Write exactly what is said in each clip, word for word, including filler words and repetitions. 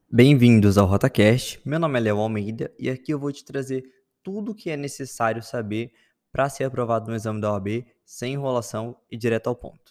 Bem-vindos ao RotaCast. Meu nome é Léo Almeida e aqui eu vou te trazer tudo o que é necessário saber para ser aprovado no exame da O A B, sem enrolação e direto ao ponto.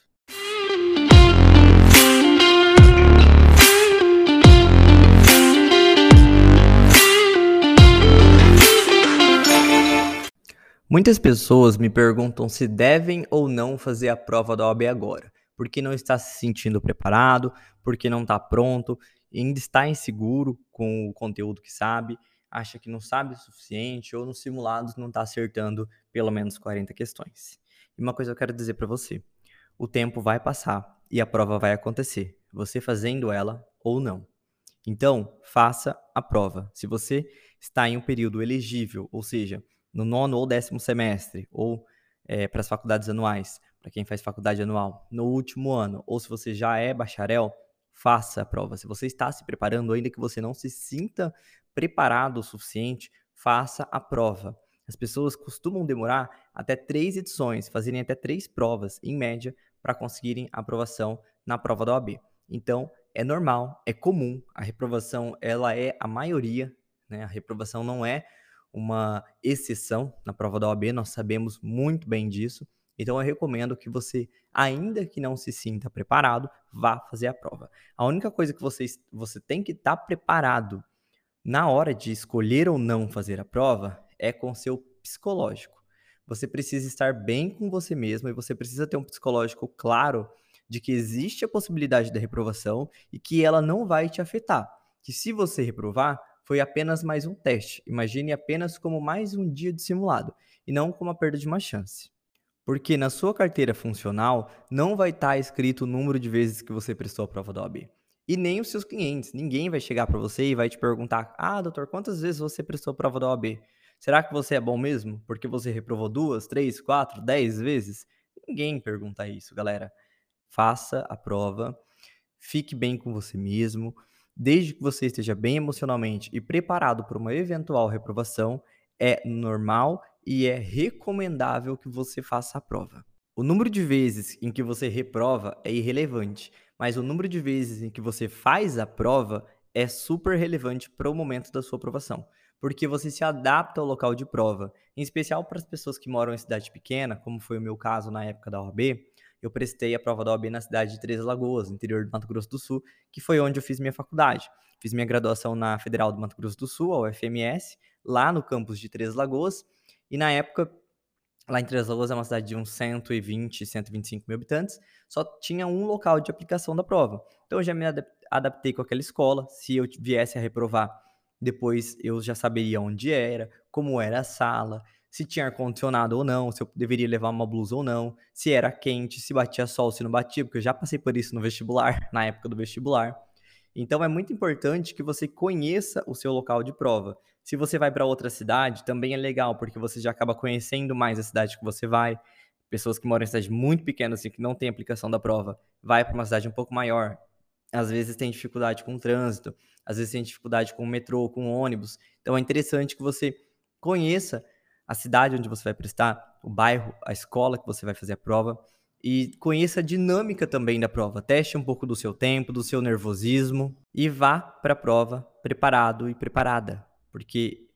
Muitas pessoas me perguntam se devem ou não fazer a prova da O A B agora, porque não está se sentindo preparado, porque não está pronto, ainda está inseguro com o conteúdo que sabe, acha que não sabe o suficiente ou nos simulados não está acertando pelo menos quarenta questões. E uma coisa eu quero dizer para você: o tempo vai passar e a prova vai acontecer, você fazendo ela ou não. Então, faça a prova. Se você está em um período elegível, ou seja, no nono ou décimo semestre, ou é, para as faculdades anuais, para quem faz faculdade anual, no último ano, ou se você já é bacharel, faça a prova. Se você está se preparando, ainda que você não se sinta preparado o suficiente, faça a prova. As pessoas costumam demorar até três edições, fazerem até três provas, em média, para conseguirem a aprovação na prova da O A B. Então, é normal, é comum, a reprovação ela é a maioria, né? A reprovação não é uma exceção na prova da O A B, nós sabemos muito bem disso. Então eu recomendo que você, ainda que não se sinta preparado, vá fazer a prova. A única coisa que você, você tem que estar preparado na hora de escolher ou não fazer a prova é com seu psicológico. Você precisa estar bem com você mesmo e você precisa ter um psicológico claro de que existe a possibilidade da reprovação e que ela não vai te afetar. Que se você reprovar, foi apenas mais um teste. Imagine apenas como mais um dia de simulado e não como a perda de uma chance. Porque na sua carteira funcional não vai estar escrito o número de vezes que você prestou a prova da O A B. E nem os seus clientes. Ninguém vai chegar para você e vai te perguntar: ah, doutor, quantas vezes você prestou a prova da O A B? Será que você é bom mesmo? Porque você reprovou duas, três, quatro, dez vezes? Ninguém pergunta isso, galera. Faça a prova, fique bem com você mesmo. Desde que você esteja bem emocionalmente e preparado para uma eventual reprovação, é normal e é recomendável que você faça a prova. O número de vezes em que você reprova é irrelevante, mas o número de vezes em que você faz a prova é super relevante para o momento da sua aprovação, porque você se adapta ao local de prova, em especial para as pessoas que moram em cidade pequena, como foi o meu caso na época da O A B. Eu prestei a prova da O A B na cidade de Três Lagoas, interior do Mato Grosso do Sul, que foi onde eu fiz minha faculdade. Fiz minha graduação na Federal do Mato Grosso do Sul, a U F M S, lá no campus de Três Lagoas, e na época, lá em Três Lagoas é uma cidade de uns cento e vinte, cento e vinte e cinco mil habitantes, só tinha um local de aplicação da prova. Então eu já me adaptei com aquela escola. Se eu viesse a reprovar, depois eu já saberia onde era, como era a sala, se tinha ar-condicionado ou não, se eu deveria levar uma blusa ou não, se era quente, se batia sol, se não batia, porque eu já passei por isso no vestibular, na época do vestibular. Então é muito importante que você conheça o seu local de prova. Se você vai para outra cidade, também é legal, porque você já acaba conhecendo mais a cidade que você vai. Pessoas que moram em cidades muito pequenas e que não tem aplicação da prova, vai para uma cidade um pouco maior. Às vezes tem dificuldade com o trânsito, às vezes tem dificuldade com o metrô, com o ônibus. Então é interessante que você conheça a cidade onde você vai prestar, o bairro, a escola que você vai fazer a prova, e conheça a dinâmica também da prova. Teste um pouco do seu tempo, do seu nervosismo e vá para a prova preparado e preparada, porque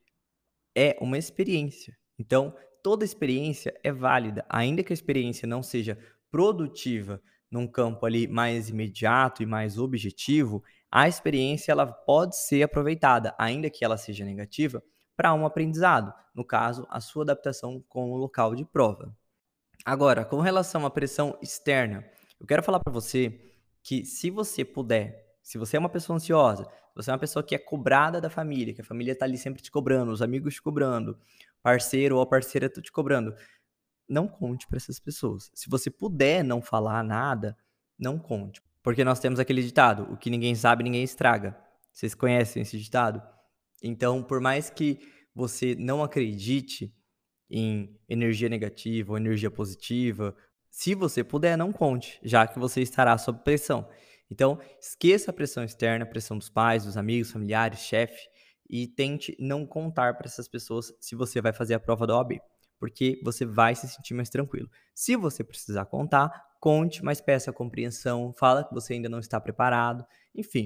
é uma experiência. Então, toda experiência é válida, ainda que a experiência não seja produtiva num campo ali mais imediato e mais objetivo. A experiência ela pode ser aproveitada, ainda que ela seja negativa, para um aprendizado, no caso, a sua adaptação com o local de prova. Agora, com relação à pressão externa, eu quero falar para você que, se você puder, se você é uma pessoa ansiosa, se você é uma pessoa que é cobrada da família, que a família tá ali sempre te cobrando, os amigos te cobrando, parceiro ou parceira tá te cobrando, não conte para essas pessoas. Se você puder não falar nada, não conte. Porque nós temos aquele ditado: o que ninguém sabe, ninguém estraga. Vocês conhecem esse ditado? Então, por mais que você não acredite em energia negativa ou energia positiva, se você puder, não conte, já que você estará sob pressão. Então, esqueça a pressão externa, a pressão dos pais, dos amigos, familiares, chefe, e tente não contar para essas pessoas se você vai fazer a prova da O A B, porque você vai se sentir mais tranquilo. Se você precisar contar, conte, mas peça compreensão, fala que você ainda não está preparado, enfim.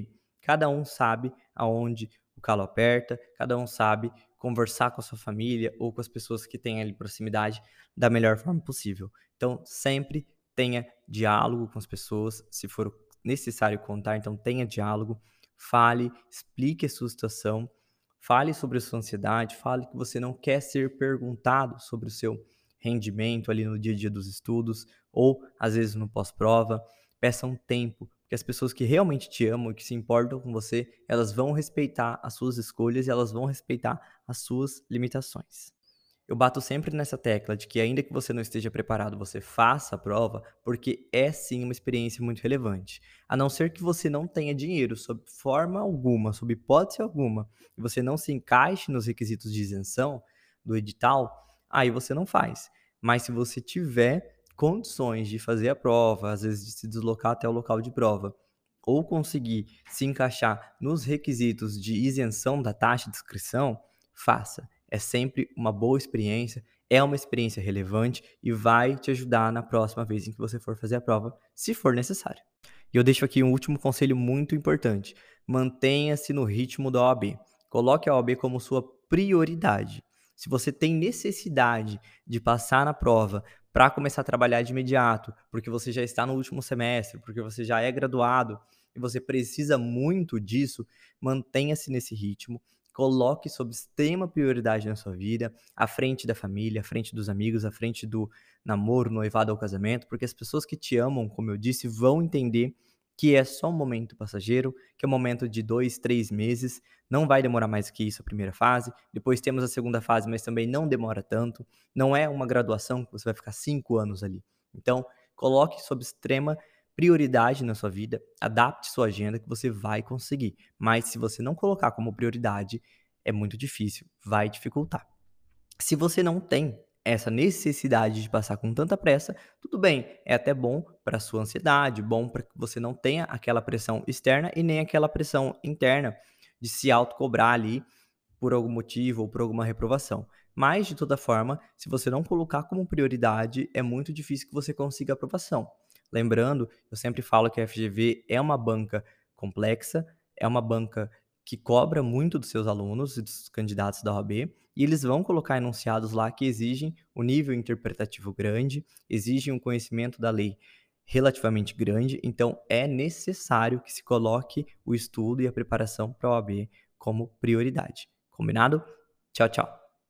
Cada um sabe aonde o calo aperta, cada um sabe conversar com a sua família ou com as pessoas que têm ali proximidade da melhor forma possível. Então, sempre tenha diálogo com as pessoas, se for necessário contar, então tenha diálogo, fale, explique a sua situação, fale sobre a sua ansiedade, fale que você não quer ser perguntado sobre o seu rendimento ali no dia a dia dos estudos ou às vezes no pós-prova. Peça um tempo, porque as pessoas que realmente te amam e que se importam com você, elas vão respeitar as suas escolhas e elas vão respeitar as suas limitações. Eu bato sempre nessa tecla de que ainda que você não esteja preparado, você faça a prova, porque é sim uma experiência muito relevante. A não ser que você não tenha dinheiro, sob forma alguma, sob hipótese alguma, e você não se encaixe nos requisitos de isenção do edital, aí você não faz. Mas se você tiver condições de fazer a prova, às vezes de se deslocar até o local de prova, ou conseguir se encaixar nos requisitos de isenção da taxa de inscrição, faça. É sempre uma boa experiência, é uma experiência relevante e vai te ajudar na próxima vez em que você for fazer a prova, se for necessário. E eu deixo aqui um último conselho muito importante: mantenha-se no ritmo da O A B. Coloque a O A B como sua prioridade. Se você tem necessidade de passar na prova para começar a trabalhar de imediato, porque você já está no último semestre, porque você já é graduado e você precisa muito disso, mantenha-se nesse ritmo. Coloque sob extrema prioridade na sua vida, à frente da família, à frente dos amigos, à frente do namoro, noivado ou casamento, porque as pessoas que te amam, como eu disse, vão entender que é só um momento passageiro, que é um momento de dois, três meses, não vai demorar mais que isso a primeira fase, depois temos a segunda fase, mas também não demora tanto, não é uma graduação que você vai ficar cinco anos ali. Então, coloque sob extrema prioridade na sua vida, adapte sua agenda que você vai conseguir. Mas se você não colocar como prioridade, é muito difícil, vai dificultar. Se você não tem essa necessidade de passar com tanta pressa, tudo bem, é até bom para a sua ansiedade, bom para que você não tenha aquela pressão externa e nem aquela pressão interna de se autocobrar ali por algum motivo ou por alguma reprovação. Mas, de toda forma, se você não colocar como prioridade, é muito difícil que você consiga aprovação. Lembrando, eu sempre falo que a F G V é uma banca complexa, é uma banca que cobra muito dos seus alunos e dos candidatos da O A B, e eles vão colocar enunciados lá que exigem um nível interpretativo grande, exigem um conhecimento da lei relativamente grande, então é necessário que se coloque o estudo e a preparação para a O A B como prioridade. Combinado? Tchau, tchau.